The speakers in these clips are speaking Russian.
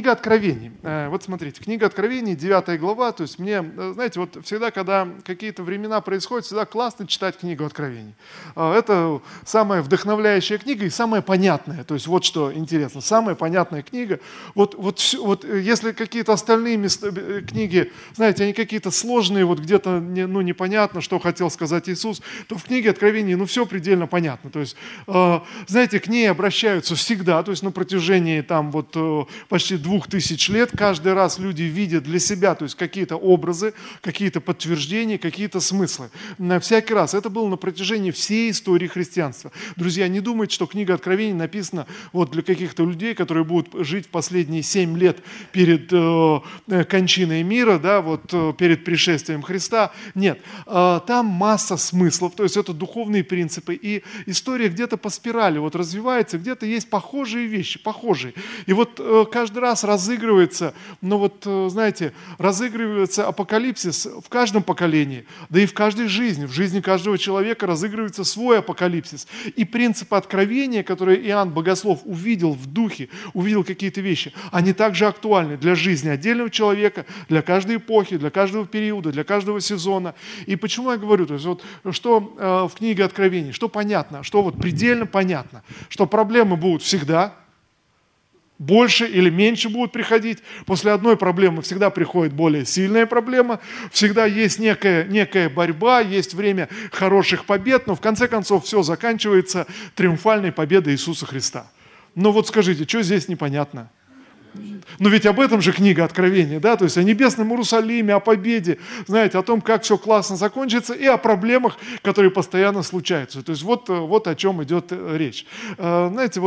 книга Откровений. Вот смотрите, книга Откровений, 9 глава. То есть мне, знаете, вот всегда, когда какие-то времена происходят, всегда классно читать книгу Откровений. Это самая вдохновляющая книга и самая понятная. То есть вот что интересно, самая понятная книга. Вот если какие-то остальные книги, знаете, они какие-то сложные, вот где-то непонятно, что хотел сказать Иисус, то в книге Откровений, все предельно понятно. То есть, знаете, к ней обращаются всегда, то есть на протяжении там вот почти 2000 лет, каждый раз люди видят для себя, то есть какие-то образы, какие-то подтверждения, какие-то смыслы. На всякий раз. Это было на протяжении всей истории христианства. Друзья, не думайте, что книга Откровений написана вот для каких-то людей, которые будут жить в последние 7 лет перед кончиной мира, да, вот перед пришествием Христа. Нет, там масса смыслов, то есть это духовные принципы, и история где-то по спирали вот развивается, где-то есть похожие вещи, похожие. И вот каждый раз разыгрывается, знаете, разыгрывается апокалипсис в каждом поколении, да и в каждой жизни. В жизни каждого человека разыгрывается свой апокалипсис. И принципы откровения, которые Иоанн Богослов увидел в духе, увидел какие-то вещи, они также актуальны для жизни отдельного человека, для каждой эпохи, для каждого периода, для каждого сезона. И почему я говорю, то есть вот что в книге Откровений, что понятно, что вот предельно понятно, что проблемы будут всегда, больше или меньше будут приходить. После одной проблемы всегда приходит более сильная проблема. Всегда есть некая борьба, есть время хороших побед, но в конце концов все заканчивается триумфальной победой Иисуса Христа. Но вот скажите, что здесь непонятно? Но ведь об этом же книга Откровения, да, то есть о небесном Иерусалиме, о победе, знаете, о том, как все классно закончится, и о проблемах, которые постоянно случаются. То есть вот о чем идет речь. Знаете,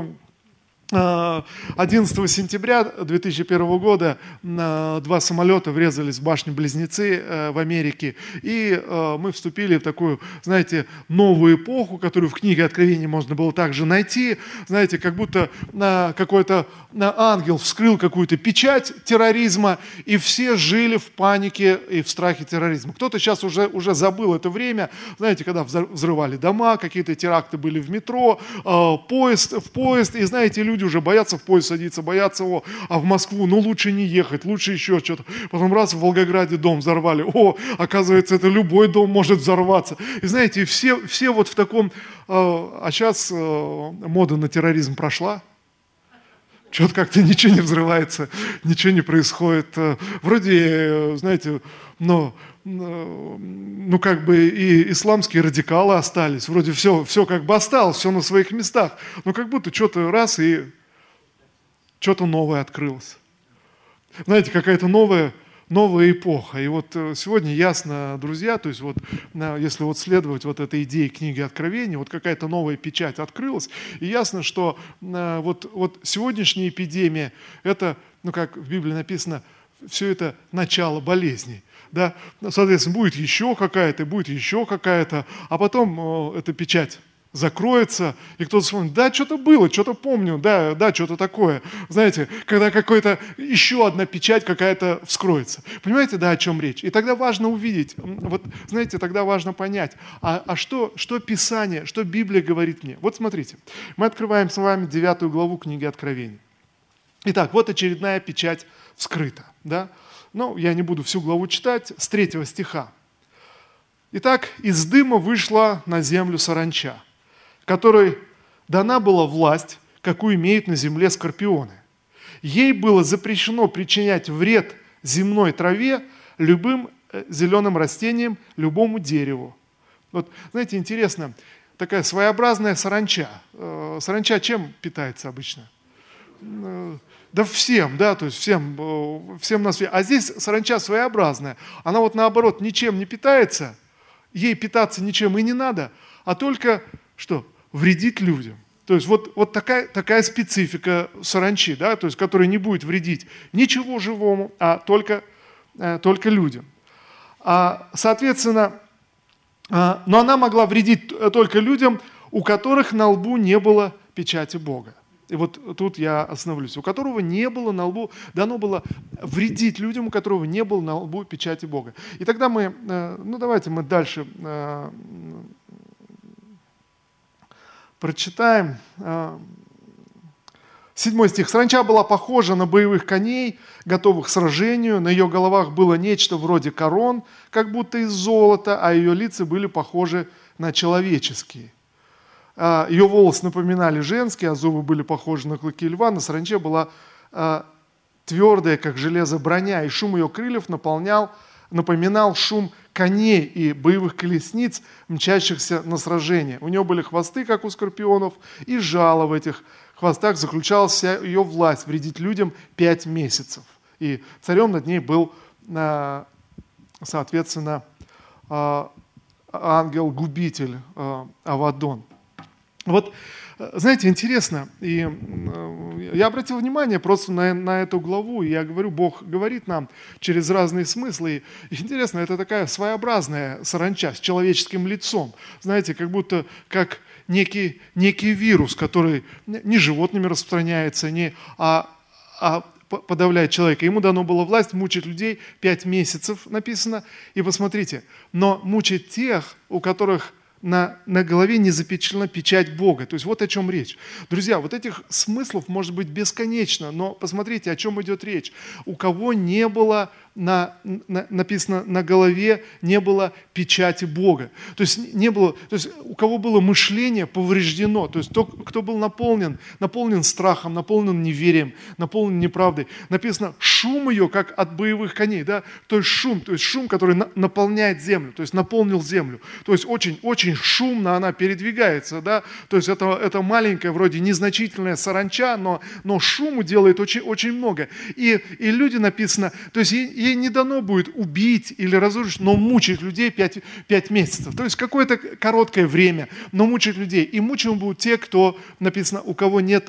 11 сентября 2001 года 2 самолета врезались в башни-близнецы в Америке, и мы вступили в такую, знаете, новую эпоху, которую в книге Откровений можно было также найти, знаете, как будто какой-то ангел вскрыл какую-то печать терроризма, и все жили в панике и в страхе терроризма. Кто-то сейчас уже забыл это время, знаете, когда взрывали дома, какие-то теракты были в метро, в поезд, и знаете, люди уже боятся в поезд садиться, боятся а в Москву, лучше не ехать, лучше еще что-то. Потом раз в Волгограде дом взорвали, оказывается, это любой дом может взорваться. И знаете, все вот в таком, а сейчас мода на терроризм прошла, что-то как-то ничего не взрывается, ничего не происходит. Вроде, знаете, как бы и исламские радикалы остались, вроде все как бы осталось, все на своих местах, но как будто что-то раз и что-то новое открылось. Знаете, какая-то новая эпоха. И вот сегодня ясно, друзья, то есть вот если вот следовать вот этой идее книги Откровения, вот какая-то новая печать открылась, и ясно, что вот сегодняшняя эпидемия, это, как в Библии написано, все это начало болезней. Да? Соответственно, будет еще какая-то, а потом эта печать закроется, и кто-то вспомнит, да, что-то было, что-то помню, да, что-то такое. Знаете, когда какая-то еще одна печать какая-то вскроется. Понимаете, да, о чем речь? И тогда важно увидеть, вот, знаете, тогда важно понять, что Писание, что Библия говорит мне. Вот смотрите, мы открываем с вами 9 главу книги Откровений. Итак, вот очередная печать вскрыта, да. Я не буду всю главу читать, с 3 стиха. Итак, из дыма вышла на землю саранча, которой дана была власть, какую имеют на земле скорпионы. Ей было запрещено причинять вред земной траве, любым зеленым растениям, любому дереву. Вот, знаете, интересно, такая своеобразная саранча. Саранча чем питается обычно? Да всем, да, то есть всем на свете. А здесь саранча своеобразная. Она вот наоборот ничем не питается, ей питаться ничем и не надо, а только что? Вредить людям. То есть вот такая специфика саранчи, да, то есть, которая не будет вредить ничего живому, а только людям. Соответственно, но она могла вредить только людям, у которых на лбу не было печати Бога. И вот тут я остановлюсь. У которого не было на лбу, дано было вредить людям, у которого не было на лбу печати Бога. И тогда давайте мы дальше прочитаем 7 стих. «Саранча была похожа на боевых коней, готовых к сражению. На ее головах было нечто вроде корон, как будто из золота, а ее лица были похожи на человеческие. Ее волосы напоминали женские, а зубы были похожи на клыки льва. На саранче была твердая, как железо, броня, и шум ее крыльев напоминал шум коней и боевых колесниц, мчащихся на сражение. У нее были хвосты, как у скорпионов, и жало в этих хвостах заключалась вся ее власть вредить людям 5 месяцев. И царем над ней был, соответственно, ангел-губитель Авадон». Вот, знаете, интересно, и я обратил внимание просто на эту главу, и я говорю, Бог говорит нам через разные смыслы, и интересно, это такая своеобразная саранча с человеческим лицом, знаете, как будто как некий вирус, который не животными распространяется, а подавляет человека. Ему дано было власть мучить людей 5 месяцев, написано, и посмотрите, но мучить тех, у которых на голове не запечатлена печать Бога. То есть вот о чем речь. Друзья, вот этих смыслов может быть бесконечно, но посмотрите, о чем идет речь. У кого не было, написано на голове, не было печати Бога. То есть у кого было мышление повреждено, то есть тот, кто был наполнен страхом, наполнен неверием, наполнен неправдой. Написано, шум ее, как от боевых коней, да? То есть шум, который наполняет землю, то есть наполнил землю. То есть очень шумно она передвигается, да? То есть это маленькая, вроде незначительная саранча, но шуму делает очень много. И люди, написано, то есть ей не дано будет убить или разрушить, но мучить людей 5 месяцев. То есть какое-то короткое время, но мучить людей. И мучим будут те, кто, написано, у кого нет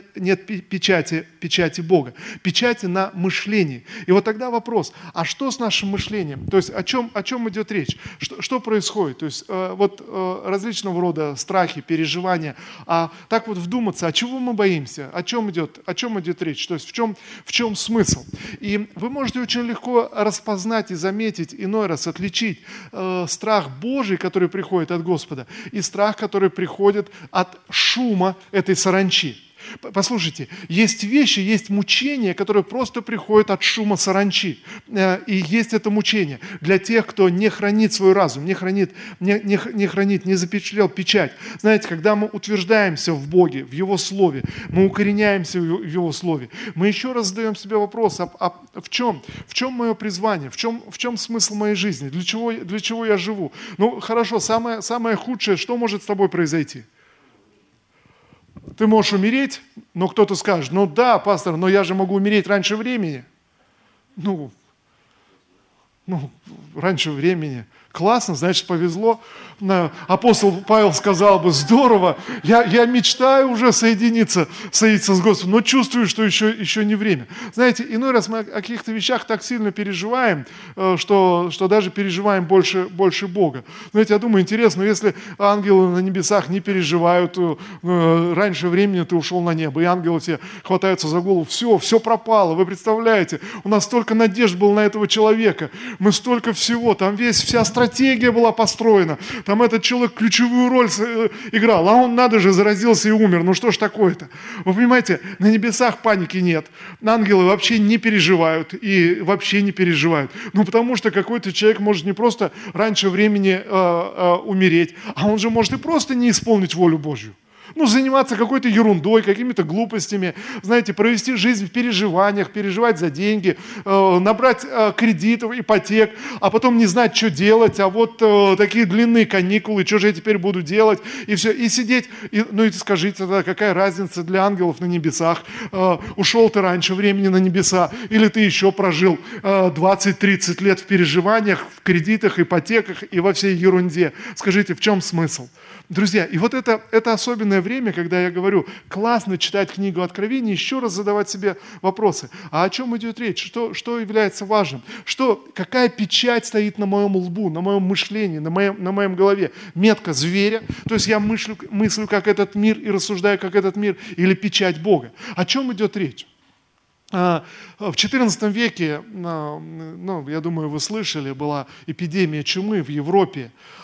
печати Бога. Печати на мышлении. И вот тогда вопрос, а что с нашим мышлением? То есть о чем идет речь? Что происходит? То есть различного рода страхи, переживания. А так вот вдуматься, а чего мы боимся? О чем идет речь? То есть в чем смысл? И вы можете очень легко распознать и заметить, иной раз отличить страх Божий, который приходит от Господа, и страх, который приходит от шума этой саранчи. Послушайте, есть вещи, есть мучения, которые просто приходят от шума саранчи. И есть это мучение для тех, кто не хранит свой разум, не запечатлел печать. Знаете, когда мы утверждаемся в Боге, в Его Слове, мы укореняемся в Его Слове, мы еще раз задаем себе вопрос, в чем мое призвание, в чем смысл моей жизни, для чего я живу. Ну, хорошо, самое худшее, что может с тобой произойти? Ты можешь умереть, но кто-то скажет, ну да, пастор, но я же могу умереть раньше времени. Ну, раньше времени. Классно, значит, повезло. Апостол Павел сказал бы, здорово, я мечтаю уже соединиться с Господом, но чувствую, что еще не время. Знаете, иной раз мы о каких-то вещах так сильно переживаем, что даже переживаем больше Бога. Знаете, я думаю, интересно, если ангелы на небесах не переживают, раньше времени ты ушел на небо, и ангелы все хватаются за голову, все пропало, вы представляете, у нас столько надежд было на этого человека, мы столько всего, там вся стратегия была построена, там этот человек ключевую роль играл, а он, надо же, заразился и умер. Ну что ж такое-то? Вы понимаете, на небесах паники нет. Ангелы вообще не переживают и вообще не переживают. Ну потому что какой-то человек может не просто раньше времени умереть, а он же может и просто не исполнить волю Божью. Заниматься какой-то ерундой, какими-то глупостями, знаете, провести жизнь в переживаниях, переживать за деньги, набрать кредитов, ипотек, а потом не знать, что делать, а вот такие длинные каникулы, что же я теперь буду делать, и все, и сидеть, и скажите тогда, какая разница для ангелов на небесах, ушел ты раньше времени на небеса, или ты еще прожил 20-30 лет в переживаниях, в кредитах, ипотеках и во всей ерунде. Скажите, в чем смысл? Друзья, и вот это особенное время, когда я говорю, классно читать книгу Откровения, еще раз задавать себе вопросы. А о чем идет речь? Что является важным? Какая печать стоит на моем лбу, на моем мышлении, на моем голове? Метка зверя, то есть я мыслю как этот мир и рассуждаю как этот мир, или печать Бога? О чем идет речь? В XIV веке, я думаю, вы слышали, была эпидемия чумы в Европе.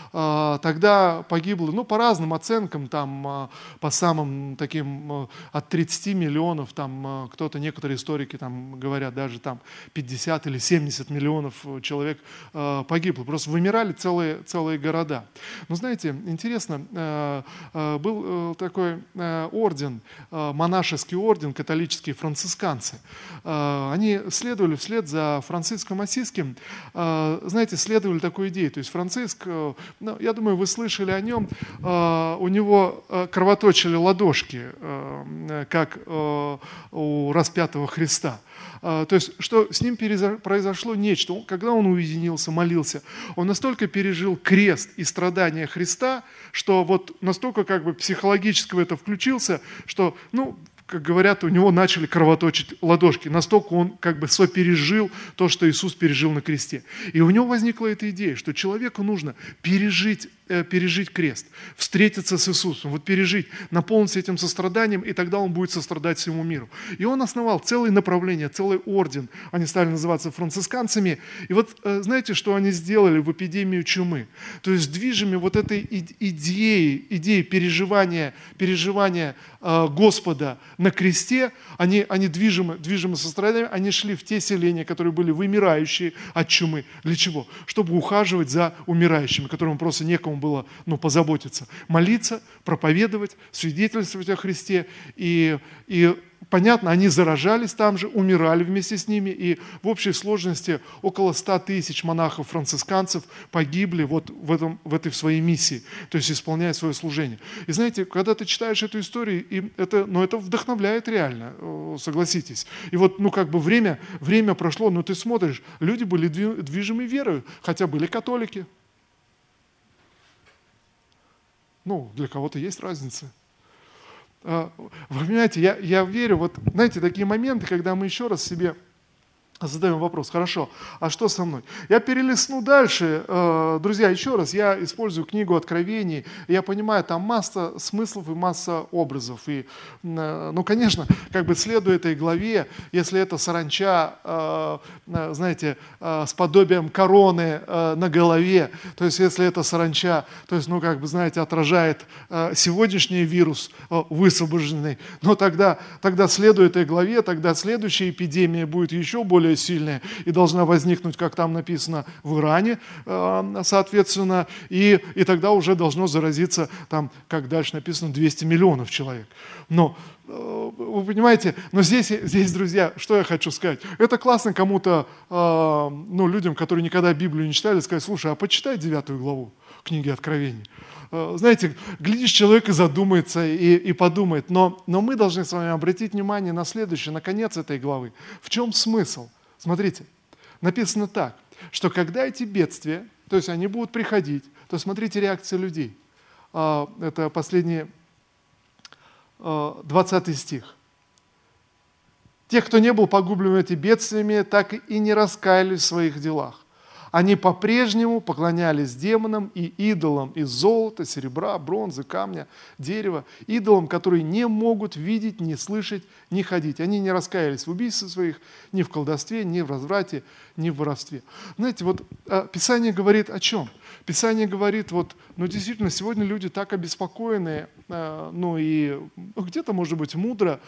тогда погибло, ну, по разным оценкам, там, по самым таким, от 30 миллионов, там, кто-то, некоторые историки там говорят, даже там 50 или 70 миллионов человек погибло. Просто вымирали целые города. Но знаете, интересно, был такой орден, монашеский орден, католические францисканцы. Они следовали вслед за Франциском Ассизским, знаете, следовали такой идее. То есть Франциск, ну, я думаю, вы слышали о нем, у него кровоточили ладошки, как у распятого Христа. То есть, что с ним произошло нечто. Когда он уединился, молился, он настолько пережил крест и страдания Христа, что вот настолько как бы психологически в это включился, что, ну, как говорят, у него начали кровоточить ладошки. Настолько он как бы сопережил то, что Иисус пережил на кресте. И у него возникла эта идея, что человеку нужно пережить крест, встретиться с Иисусом, вот пережить, наполниться этим состраданием, и тогда он будет сострадать всему миру. И он основал целое направление, целый орден, они стали называться францисканцами. И вот знаете, что они сделали в эпидемию чумы? То есть движимы вот этой идеей переживания Господа на кресте, они движимы состраданием, они шли в те селения, которые были вымирающие от чумы. Для чего? Чтобы ухаживать за умирающими, которым просто некому было позаботиться. Молиться, проповедовать, свидетельствовать о Христе. И понятно, они заражались там же, умирали вместе с ними, и в общей сложности около 100 тысяч монахов-францисканцев погибли вот в этой своей миссии, то есть исполняя свое служение. И знаете, когда ты читаешь эту историю, это вдохновляет реально, согласитесь. И вот, время прошло, но ты смотришь, люди были движимы верою, хотя были католики. Для кого-то есть разница. Вы понимаете, я верю, вот знаете, такие моменты, когда мы еще раз себе задаем вопрос, хорошо, а что со мной? Я перелистну дальше, друзья, еще раз, я использую книгу Откровений, я понимаю, там масса смыслов и масса образов, и, конечно, следуя этой главе, если это саранча, знаете, с подобием короны на голове, то есть если это саранча, то есть, отражает сегодняшний вирус высвобожденный, но тогда следуя этой главе, тогда следующая эпидемия будет еще более сильная и должна возникнуть, как там написано, в Иране, соответственно, и тогда уже должно заразиться, там, как дальше написано, 200 миллионов человек. Но, вы понимаете, но здесь, друзья, что я хочу сказать? Это классно кому-то, людям, которые никогда Библию не читали, сказать, слушай, а почитай 9 главу книги Откровений. Знаете, глядишь, человек и задумается, и подумает, но мы должны с вами обратить внимание на следующее, на конец этой главы. В чем смысл? Смотрите, написано так, что когда эти бедствия, то есть они будут приходить, то смотрите реакцию людей. Это последний 20 стих. Тех, кто не был погублен этими бедствиями, так и не раскаялись в своих делах. Они по-прежнему поклонялись демонам и идолам из золота, серебра, бронзы, камня, дерева, идолам, которые не могут видеть, не слышать, не ходить. Они не раскаялись в убийстве своих, ни в колдовстве, ни в разврате, ни в воровстве. Знаете, вот Писание говорит о чем? Писание говорит, действительно, сегодня люди так обеспокоены, и где-то, может быть, мудро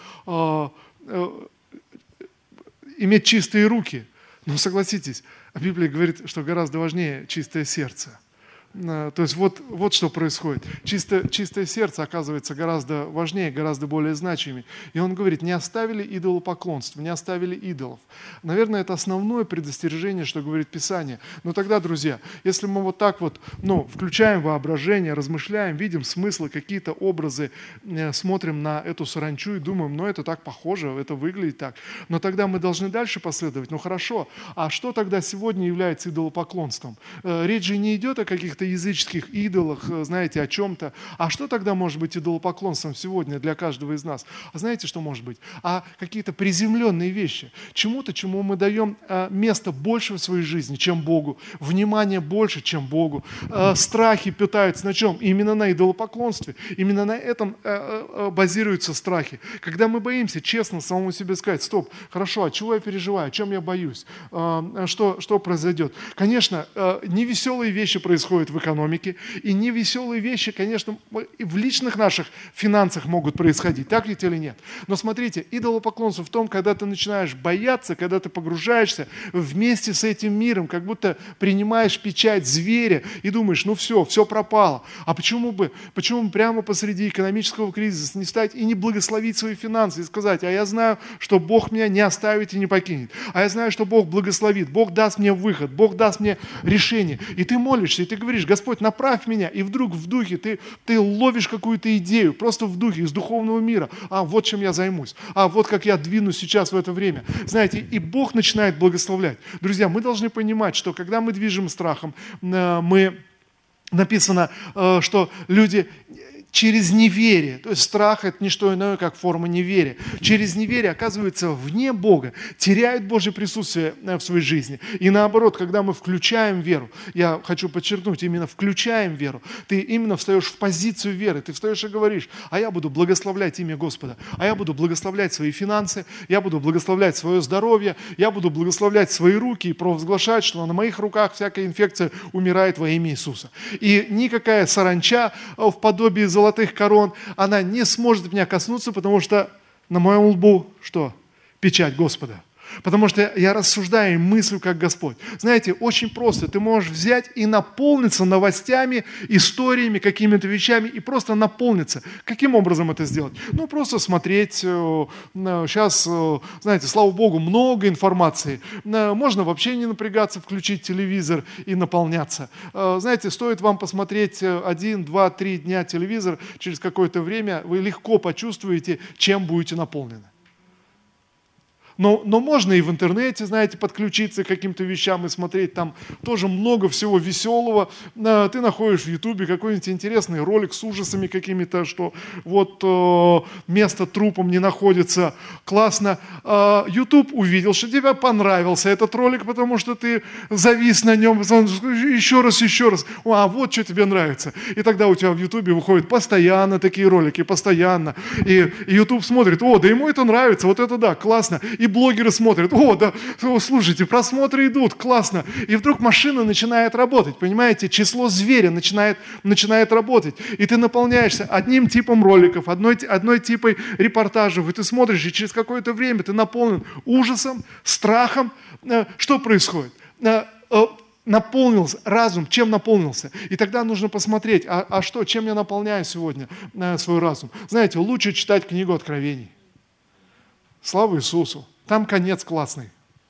иметь чистые руки. Но согласитесь, Библия говорит, что гораздо важнее чистое сердце. То есть вот что происходит. Чистое сердце оказывается гораздо важнее, гораздо более значимее. И он говорит, не оставили идолопоклонство, не оставили идолов. Наверное, это основное предостережение, что говорит Писание. Но тогда, друзья, если мы вот так включаем воображение, размышляем, видим смыслы, какие-то образы, смотрим на эту саранчу и думаем, это так похоже, это выглядит так. Но тогда мы должны дальше последовать. Хорошо, а что тогда сегодня является идолопоклонством? Речь же не идет о каких-то языческих идолах, знаете, о чем-то. А что тогда может быть идолопоклонством сегодня для каждого из нас? А знаете, что может быть? А какие-то приземленные вещи. Чему-то, чему мы даем место больше в своей жизни, чем Богу. Внимание больше, чем Богу. Страхи питаются на чем? Именно на идолопоклонстве. Именно на этом базируются страхи. Когда мы боимся честно самому себе сказать, стоп, хорошо, а чего я переживаю, о чем я боюсь, что произойдет? Конечно, невеселые вещи происходят происходит в экономике, и невеселые вещи, конечно, и в личных наших финансах могут происходить, так ведь или нет? Но смотрите, идолопоклонство в том, когда ты начинаешь бояться, когда ты погружаешься вместе с этим миром, как будто принимаешь печать зверя и думаешь, ну все пропало. А почему бы прямо посреди экономического кризиса не встать и не благословить свои финансы и сказать, а я знаю, что Бог меня не оставит и не покинет, а я знаю, что Бог благословит, Бог даст мне выход, Бог даст мне решение. И ты молишься, и ты говоришь, Господь, направь меня, и вдруг в духе ты ловишь какую-то идею, просто в духе, из духовного мира. А вот чем я займусь, а вот как я двинусь сейчас в это время. Знаете, и Бог начинает благословлять. Друзья, мы должны понимать, что когда мы движем страхом, написано, что люди через неверие, то есть страх – это не что иное, как форма неверия. Через неверие оказываются вне Бога, теряют Божье присутствие в своей жизни. И наоборот, когда мы включаем веру, я хочу подчеркнуть, именно включаем веру, ты именно встаешь в позицию веры, ты встаешь и говоришь, а я буду благословлять имя Господа, а я буду благословлять свои финансы, я буду благословлять свое здоровье, я буду благословлять свои руки и провозглашать, что на моих руках всякая инфекция умирает во имя Иисуса. И никакая саранча в подобии золотых корон, она не сможет меня коснуться, потому что на моем лбу что? Печать Господа. Потому что я рассуждаю и мыслю, как Господь. Знаете, очень просто. Ты можешь взять и наполниться новостями, историями, какими-то вещами, и просто наполниться. Каким образом это сделать? Ну, просто смотреть. Сейчас, знаете, слава Богу, много информации. Можно вообще не напрягаться, включить телевизор и наполняться. Знаете, стоит вам посмотреть 1, 2, 3 дня телевизор, через какое-то время вы легко почувствуете, чем будете наполнены. Но можно и в интернете, знаете, подключиться к каким-то вещам и смотреть, там тоже много всего веселого. Ты находишь в Ютубе какой-нибудь интересный ролик с ужасами какими-то, что вот место трупом не находится. Классно. Ютуб увидел, что тебе понравился этот ролик, потому что ты завис на нем, еще раз. А вот что тебе нравится. И тогда у тебя в Ютубе выходят постоянно такие ролики, постоянно. И Ютуб смотрит, да ему это нравится, вот это да, классно. И блогеры смотрят, слушайте, просмотры идут, классно. И вдруг машина начинает работать, понимаете, число зверя начинает работать. И ты наполняешься одним типом роликов, одной типой репортажев, и ты смотришь, и через какое-то время ты наполнен ужасом, страхом. Что происходит? Наполнился разум, чем наполнился? И тогда нужно посмотреть, чем я наполняю сегодня свой разум? Знаете, лучше читать книгу Откровений. Слава Иисусу! Там конец классный.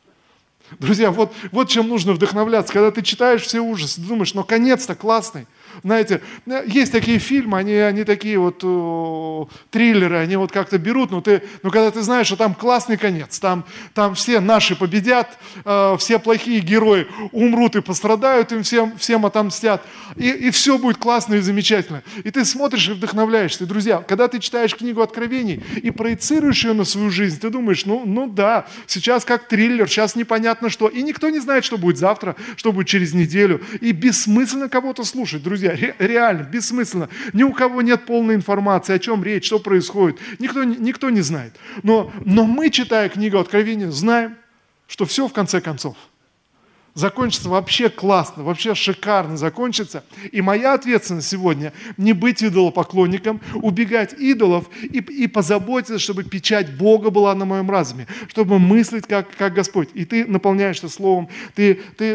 Друзья, вот чем нужно вдохновляться. Когда ты читаешь все ужасы, ты думаешь, конец-то классный. Знаете, есть такие фильмы, они такие вот триллеры, они вот как-то берут, но когда ты знаешь, что там классный конец, там все наши победят, все плохие герои умрут и пострадают, им всем отомстят, и все будет классно и замечательно. И ты смотришь и вдохновляешься. И, друзья, когда ты читаешь книгу Откровений и проецируешь ее на свою жизнь, ты думаешь, да, сейчас как триллер, сейчас непонятно что, и никто не знает, что будет завтра, что будет через неделю, и бессмысленно кого-то слушать, друзья. Реально, бессмысленно. Ни у кого нет полной информации, о чем речь, что происходит. Никто не знает. Но мы, читая книгу Откровения, знаем, что все в конце концов закончится вообще классно, вообще шикарно закончится. И моя ответственность сегодня не быть идолопоклонником, убегать идолов и позаботиться, чтобы печать Бога была на моем разуме, чтобы мыслить как Господь. И ты наполняешься Словом, ты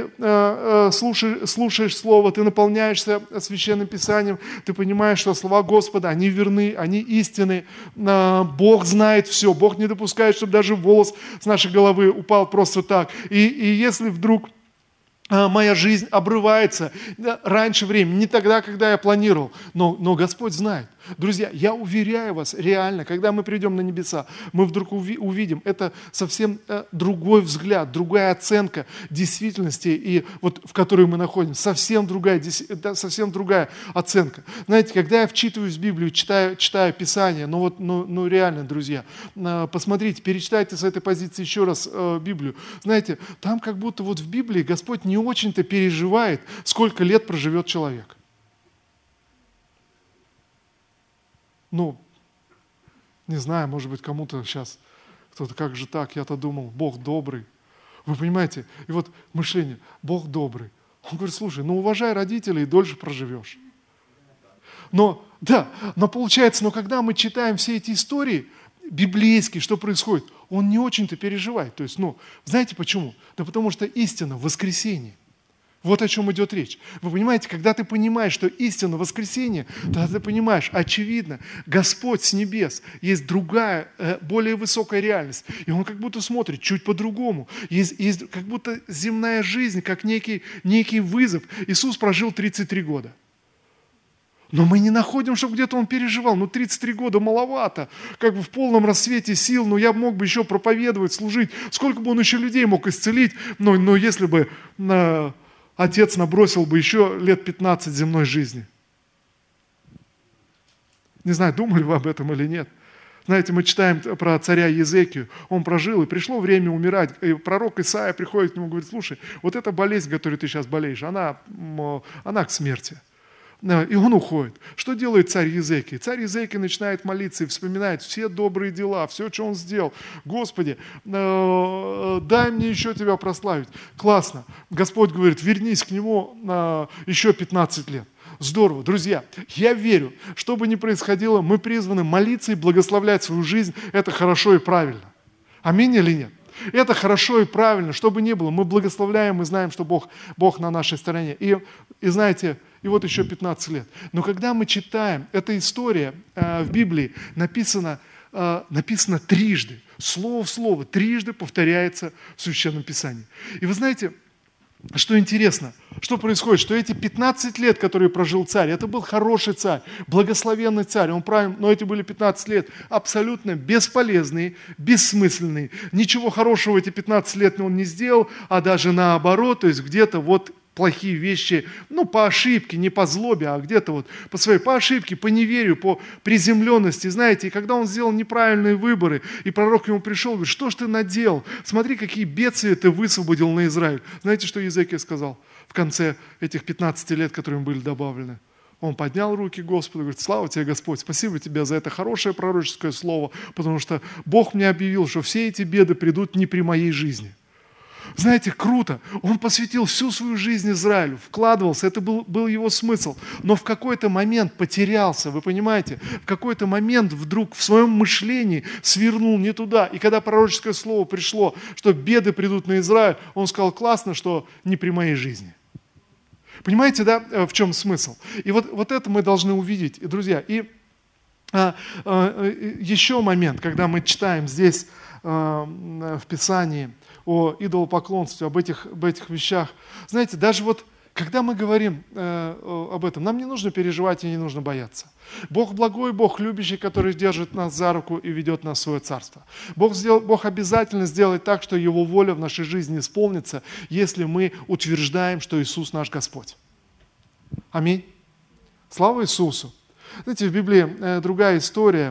слушаешь Слово, ты наполняешься Священным Писанием, ты понимаешь, что слова Господа, они верны, они истинны. Бог знает все, Бог не допускает, чтобы даже волос с нашей головы упал просто так. И если вдруг моя жизнь обрывается раньше времени, не тогда, когда я планировал, но Господь знает. Друзья, я уверяю вас, реально, когда мы придем на небеса, мы вдруг увидим, это совсем другой взгляд, другая оценка действительности, и вот в которой мы находимся, совсем другая оценка. Знаете, когда я вчитываюсь в Библию, читаю Писание, реально, друзья, посмотрите, перечитайте с этой позиции еще раз Библию. Знаете, там как будто вот в Библии Господь не очень-то переживает, сколько лет проживет человек. Не знаю, может быть, кому-то сейчас, кто-то, как же так, я-то думал, Бог добрый. Вы понимаете? И вот мышление, Бог добрый, Он говорит, слушай, ну уважай родителей и дольше проживешь. Но получается, когда мы читаем все эти истории библейские, что происходит, он не очень-то переживает. То есть, знаете почему? Да потому что истина в воскресении. Вот о чем идет речь. Вы понимаете, когда ты понимаешь, что истина воскресения, тогда ты понимаешь, очевидно, Господь с небес, есть другая, более высокая реальность. И Он как будто смотрит чуть по-другому. Есть как будто земная жизнь, как некий вызов. Иисус прожил 33 года. Но мы не находим, чтобы где-то Он переживал. 33 года маловато. Как бы в полном рассвете сил, я мог бы еще проповедовать, служить. Сколько бы Он еще людей мог исцелить, но если бы... Отец набросил бы еще лет 15 земной жизни. Не знаю, думали вы об этом или нет. Знаете, мы читаем про царя Иезекию. Он прожил, и пришло время умирать. И пророк Исаия приходит к нему и говорит, слушай, вот эта болезнь, которой ты сейчас болеешь, она к смерти. И он уходит. Что делает царь Иезекия? Царь Иезекия начинает молиться и вспоминает все добрые дела, все, что он сделал. Господи, дай мне еще Тебя прославить. Классно. Господь говорит, вернись к Нему еще 15 лет. Здорово. Друзья, я верю, что бы ни происходило, мы призваны молиться и благословлять свою жизнь. Это хорошо и правильно. Аминь или нет? Это хорошо и правильно, что бы ни было. Мы благословляем и знаем, что Бог на нашей стороне. И знаете, и вот еще 15 лет. Но когда мы читаем, эта история в Библии написана трижды, слово в слово, трижды повторяется в Священном Писании. И вы знаете, что интересно, что происходит, что эти 15 лет, которые прожил царь, это был хороший царь, благословенный царь, он правильно, но эти были 15 лет абсолютно бесполезные, бессмысленные. Ничего хорошего эти 15 лет он не сделал, а даже наоборот, то есть где-то плохие вещи, по ошибке, не по злобе, а где-то по ошибке, по неверию, по приземленности, знаете, и когда он сделал неправильные выборы, и пророк ему пришел, говорит, что ж ты наделал? Смотри, какие бедствия ты высвободил на Израиль. Знаете, что Иезекия сказал в конце этих 15 лет, которые им были добавлены? Он поднял руки к Господу и говорит, слава тебе, Господь, спасибо тебе за это хорошее пророческое слово, потому что Бог мне объявил, что все эти беды придут не при моей жизни. Знаете, круто. Он посвятил всю свою жизнь Израилю, вкладывался, это был его смысл. Но в какой-то момент потерялся, вы понимаете? В какой-то момент вдруг в своем мышлении свернул не туда. И когда пророческое слово пришло, что беды придут на Израиль, он сказал, классно, что не при моей жизни. Понимаете, да, в чем смысл? И вот это мы должны увидеть, друзья. И еще момент, когда мы читаем здесь в Писании о идолопоклонстве, об этих вещах. Знаете, даже когда мы говорим об этом, нам не нужно переживать и не нужно бояться. Бог благой, Бог любящий, который держит нас за руку и ведет нас в свое царство. Бог обязательно сделает так, что Его воля в нашей жизни исполнится, если мы утверждаем, что Иисус наш Господь. Аминь. Слава Иисусу. Знаете, в Библии другая история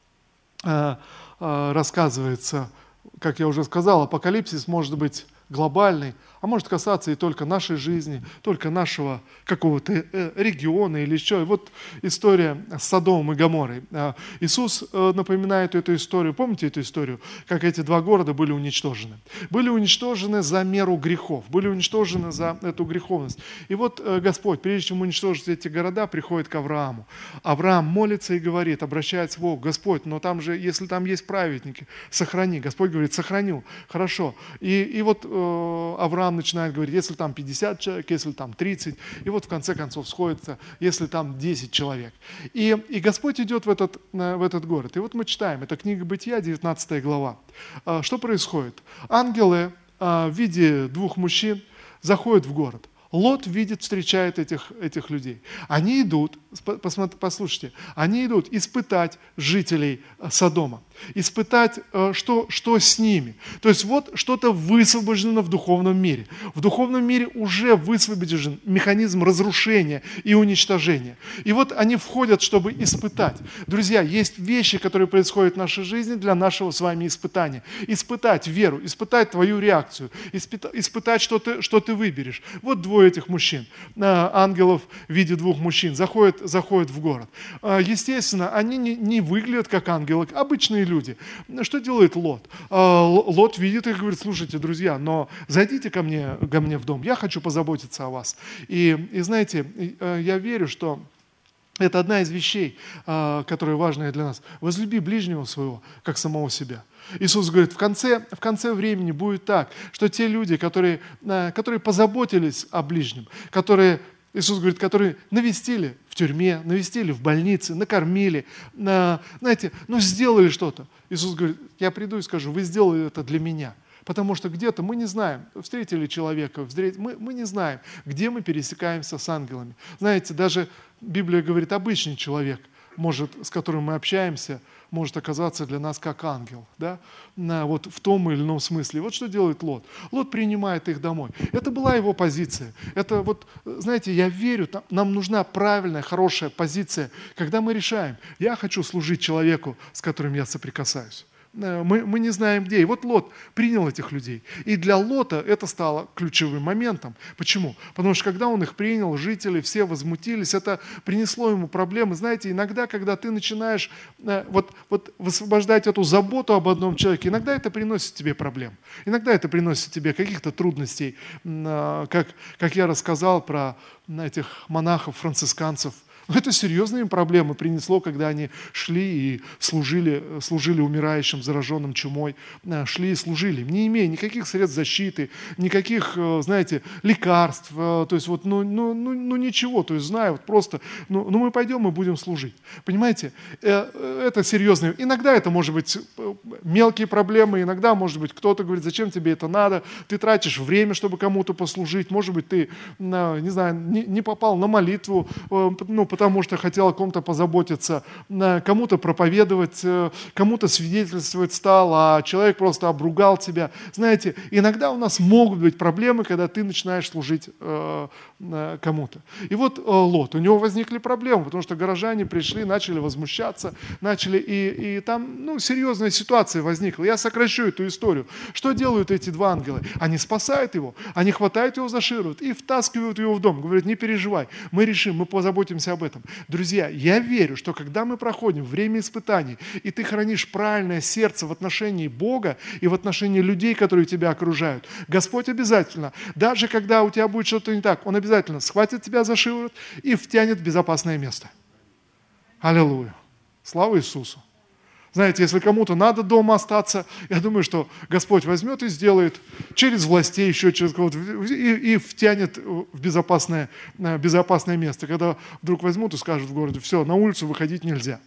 рассказывается. Как я уже сказал, апокалипсис может быть глобальный, а может касаться и только нашей жизни, только нашего какого-то региона или еще. И вот история с Содомом и Гоморрой. Иисус напоминает эту историю. Помните эту историю? Как эти два города были уничтожены. Были уничтожены за меру грехов, были уничтожены за эту греховность. И вот Господь, прежде чем уничтожить эти города, приходит к Аврааму. Авраам молится и говорит, обращается к Богу, Господь, но там же, если там есть праведники, сохрани. Господь говорит, сохранил, хорошо. И вот Авраам начинает говорить, если там 50 человек, если там 30, и вот в конце концов сходится, если там 10 человек. И Господь идет в этот город. И вот мы читаем, это книга Бытия, 19 глава. Что происходит? Ангелы в виде двух мужчин заходят в город. Лот встречает этих людей. Они идут, послушайте, они идут испытать жителей Содома, испытать, что с ними. То есть вот что-то высвобождено в духовном мире. В духовном мире уже высвобожден механизм разрушения и уничтожения. И вот они входят, чтобы испытать. Друзья, есть вещи, которые происходят в нашей жизни для нашего с вами испытания. Испытать веру, испытать твою реакцию, испытать, что ты выберешь. Вот двое этих мужчин, ангелов в виде двух мужчин, заходят в город. Естественно, они не выглядят как ангелы, обычные люди. Что делает Лот? Лот видит их и говорит: слушайте, друзья, но зайдите ко мне в дом, я хочу позаботиться о вас. И знаете, я верю, что это одна из вещей, которая важная для нас. Возлюби ближнего своего, как самого себя. Иисус говорит, в конце времени будет так, что те люди, которые позаботились о ближнем, Иисус говорит, которые навестили в тюрьме, навестили в больнице, накормили, сделали что-то. Иисус говорит, я приду и скажу, вы сделали это для меня. Потому что где-то мы не знаем, встретили человека, мы не знаем, где мы пересекаемся с ангелами. Знаете, даже Библия говорит, обычный человек, с которым мы общаемся, может оказаться для нас как ангел, да? Вот в том или ином смысле. Вот что делает Лот. Лот принимает их домой. Это была его позиция. Это знаете, я верю, нам нужна правильная, хорошая позиция, когда мы решаем, я хочу служить человеку, с которым я соприкасаюсь. Мы не знаем где. И вот Лот принял этих людей. И для Лота это стало ключевым моментом. Почему? Потому что когда он их принял, жители все возмутились, это принесло ему проблемы. Знаете, иногда, когда ты начинаешь высвобождать эту заботу об одном человеке, иногда это приносит тебе проблем. Иногда это приносит тебе каких-то трудностей. Как я рассказал про этих монахов-францисканцев. Это серьезные им проблемы принесло, когда они шли и служили умирающим, зараженным чумой. Шли и служили, не имея никаких средств защиты, никаких, знаете, лекарств. То есть ничего. То есть зная, просто, мы пойдем и будем служить. Понимаете, это серьезные. Иногда это может быть мелкие проблемы, иногда может быть кто-то говорит, зачем тебе это надо, ты тратишь время, чтобы кому-то послужить. Может быть, ты, не знаю, не попал на молитву, потому что хотел о ком-то позаботиться, кому-то проповедовать, кому-то свидетельствовать стал, а человек просто обругал тебя. Знаете, иногда у нас могут быть проблемы, когда ты начинаешь служить кому-то. И вот Лот, у него возникли проблемы, потому что горожане пришли, начали возмущаться, и там серьезная ситуация возникла. Я сокращу эту историю. Что делают эти два ангела? Они спасают его, они хватают его за шиворот и втаскивают его в дом. Говорят, не переживай, мы решим, мы позаботимся об этом. Друзья, я верю, что когда мы проходим время испытаний, и ты хранишь правильное сердце в отношении Бога и в отношении людей, которые тебя окружают, Господь обязательно, даже когда у тебя будет что-то не так, Он обязательно схватит тебя за шиворот и втянет в безопасное место. Аллилуйя! Слава Иисусу! Знаете, если кому-то надо дома остаться, я думаю, что Господь возьмет и сделает через властей, еще через кого-то, и втянет в безопасное место. Когда вдруг возьмут и скажут в городе, все, на улицу выходить нельзя.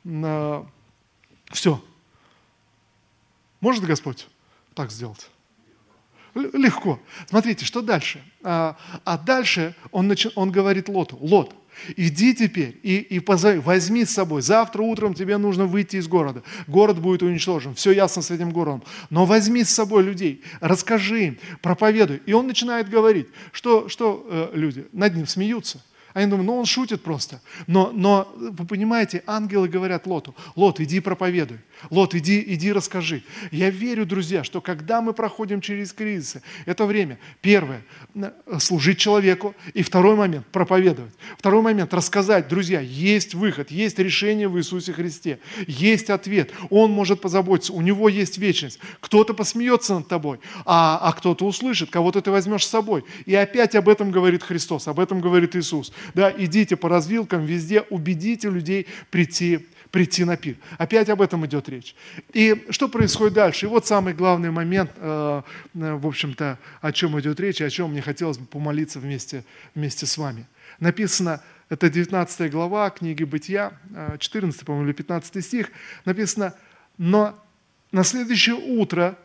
Все. Может Господь так сделать? Легко. Смотрите, что дальше? А дальше он говорит Лоту, Лот, иди теперь и возьми с собой. Завтра утром тебе нужно выйти из города. Город будет уничтожен. Все ясно с этим городом. Но возьми с собой людей, расскажи им, проповедуй. И он начинает говорить, что люди над ним смеются. Они думают, он шутит просто. Но вы понимаете, ангелы говорят Лоту, Лот, иди проповедуй. Лот, иди расскажи. Я верю, друзья, что когда мы проходим через кризисы, это время, первое, служить человеку, и второй момент, проповедовать. Второй момент, рассказать, друзья, есть выход, есть решение в Иисусе Христе, есть ответ, Он может позаботиться, у Него есть вечность. Кто-то посмеется над тобой, а кто-то услышит, кого-то ты возьмешь с собой. И опять об этом говорит Христос, об этом говорит Иисус. Да, идите по развилкам, везде убедите людей прийти на пир. Опять об этом идет речь. И что происходит дальше? И вот самый главный момент, в общем-то, о чем идет речь, и о чем мне хотелось бы помолиться вместе с вами. Написано, это 19 глава книги Бытия, 14, по-моему, или 15 стих, написано, но на следующее утро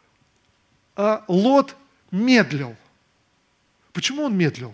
Лот медлил. Почему он медлил?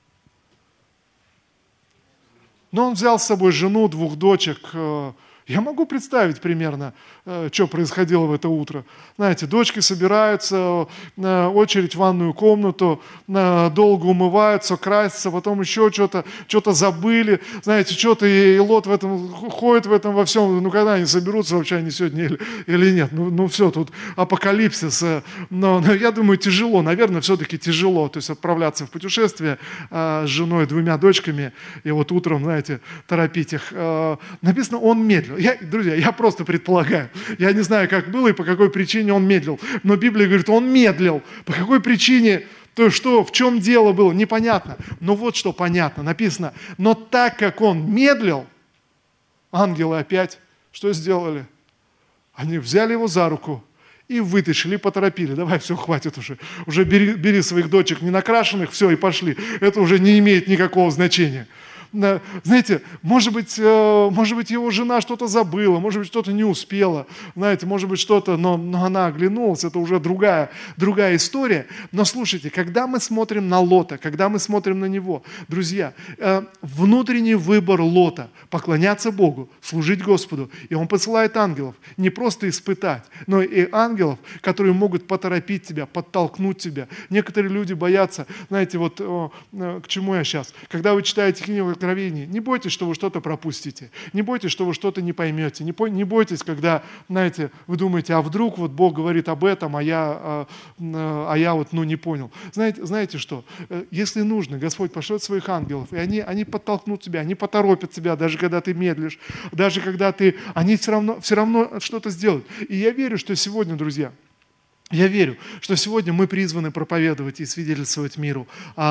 Но он взял с собой жену, 2 дочек. Я могу представить примерно, что происходило в это утро. Знаете, дочки собираются, очередь в ванную комнату, долго умываются, красятся, потом еще что-то забыли. Знаете, что-то и Лот ходит в этом во всем. Когда они соберутся, вообще они сегодня или нет. Все, тут апокалипсис. Но я думаю, тяжело, наверное, все-таки тяжело. То есть отправляться в путешествие с женой, 2 дочками, и вот утром, знаете, торопить их. Написано, он медлил. Друзья, я просто предполагаю. Я не знаю, как было и по какой причине он медлил. Но Библия говорит, он медлил. По какой причине, то что, в чем дело было, непонятно. Но вот что понятно, написано. Но так как он медлил, ангелы опять что сделали? Они взяли его за руку и вытащили, и поторопили. Давай, все, хватит уже. Уже бери своих дочек не накрашенных, все, и пошли. Это уже не имеет никакого значения. Знаете, может быть, его жена что-то забыла, может быть, что-то не успела, знаете, может быть, что-то, но она оглянулась, это уже другая история. Но слушайте, когда мы смотрим на Лота, когда мы смотрим на него, друзья, внутренний выбор Лота – поклоняться Богу, служить Господу, и он посылает ангелов, не просто испытать, но и ангелов, которые могут поторопить тебя, подтолкнуть тебя. Некоторые люди боятся, знаете, вот к чему я сейчас, когда вы читаете книгу Откровений, не бойтесь, что вы что-то пропустите, не бойтесь, что вы что-то не поймете, не бойтесь, когда, знаете, вы думаете, а вдруг вот Бог говорит об этом, а я вот, не понял. Знаете что? Если нужно, Господь пошлет своих ангелов, и они подтолкнут тебя, они поторопят тебя, даже когда ты медлишь, даже когда они все равно что-то сделают. И я верю, что сегодня, друзья, я верю, что сегодня мы призваны проповедовать и свидетельствовать миру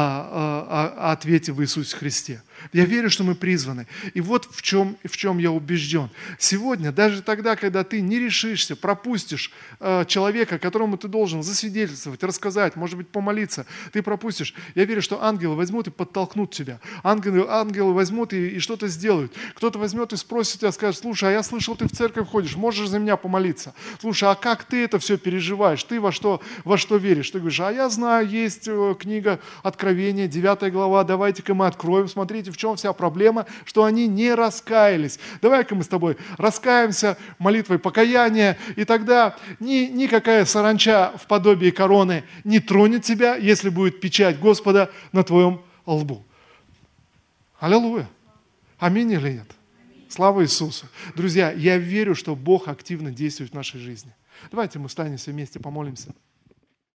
о ответе в Иисусе Христе. Я верю, что мы призваны. И вот в чем я убежден. Сегодня, даже тогда, когда ты не решишься, пропустишь человека, которому ты должен засвидетельствовать, рассказать, может быть, помолиться, ты пропустишь. Я верю, что ангелы возьмут и подтолкнут тебя. Ангелы возьмут и что-то сделают. Кто-то возьмет и спросит тебя, скажет, слушай, а я слышал, ты в церковь ходишь, можешь за меня помолиться? Слушай, а как ты это все переживаешь? Ты во что веришь? Ты говоришь, а я знаю, есть книга Откровения, 9 глава, давайте-ка мы откроем, смотрите, в чем вся проблема, что они не раскаялись. Давай-ка мы с тобой раскаемся молитвой покаяния, и тогда никакая саранча в подобии короны не тронет тебя, если будет печать Господа на твоем лбу. Аллилуйя! Аминь или нет? Слава Иисусу! Друзья, я верю, что Бог активно действует в нашей жизни. Давайте мы встанем все вместе, помолимся.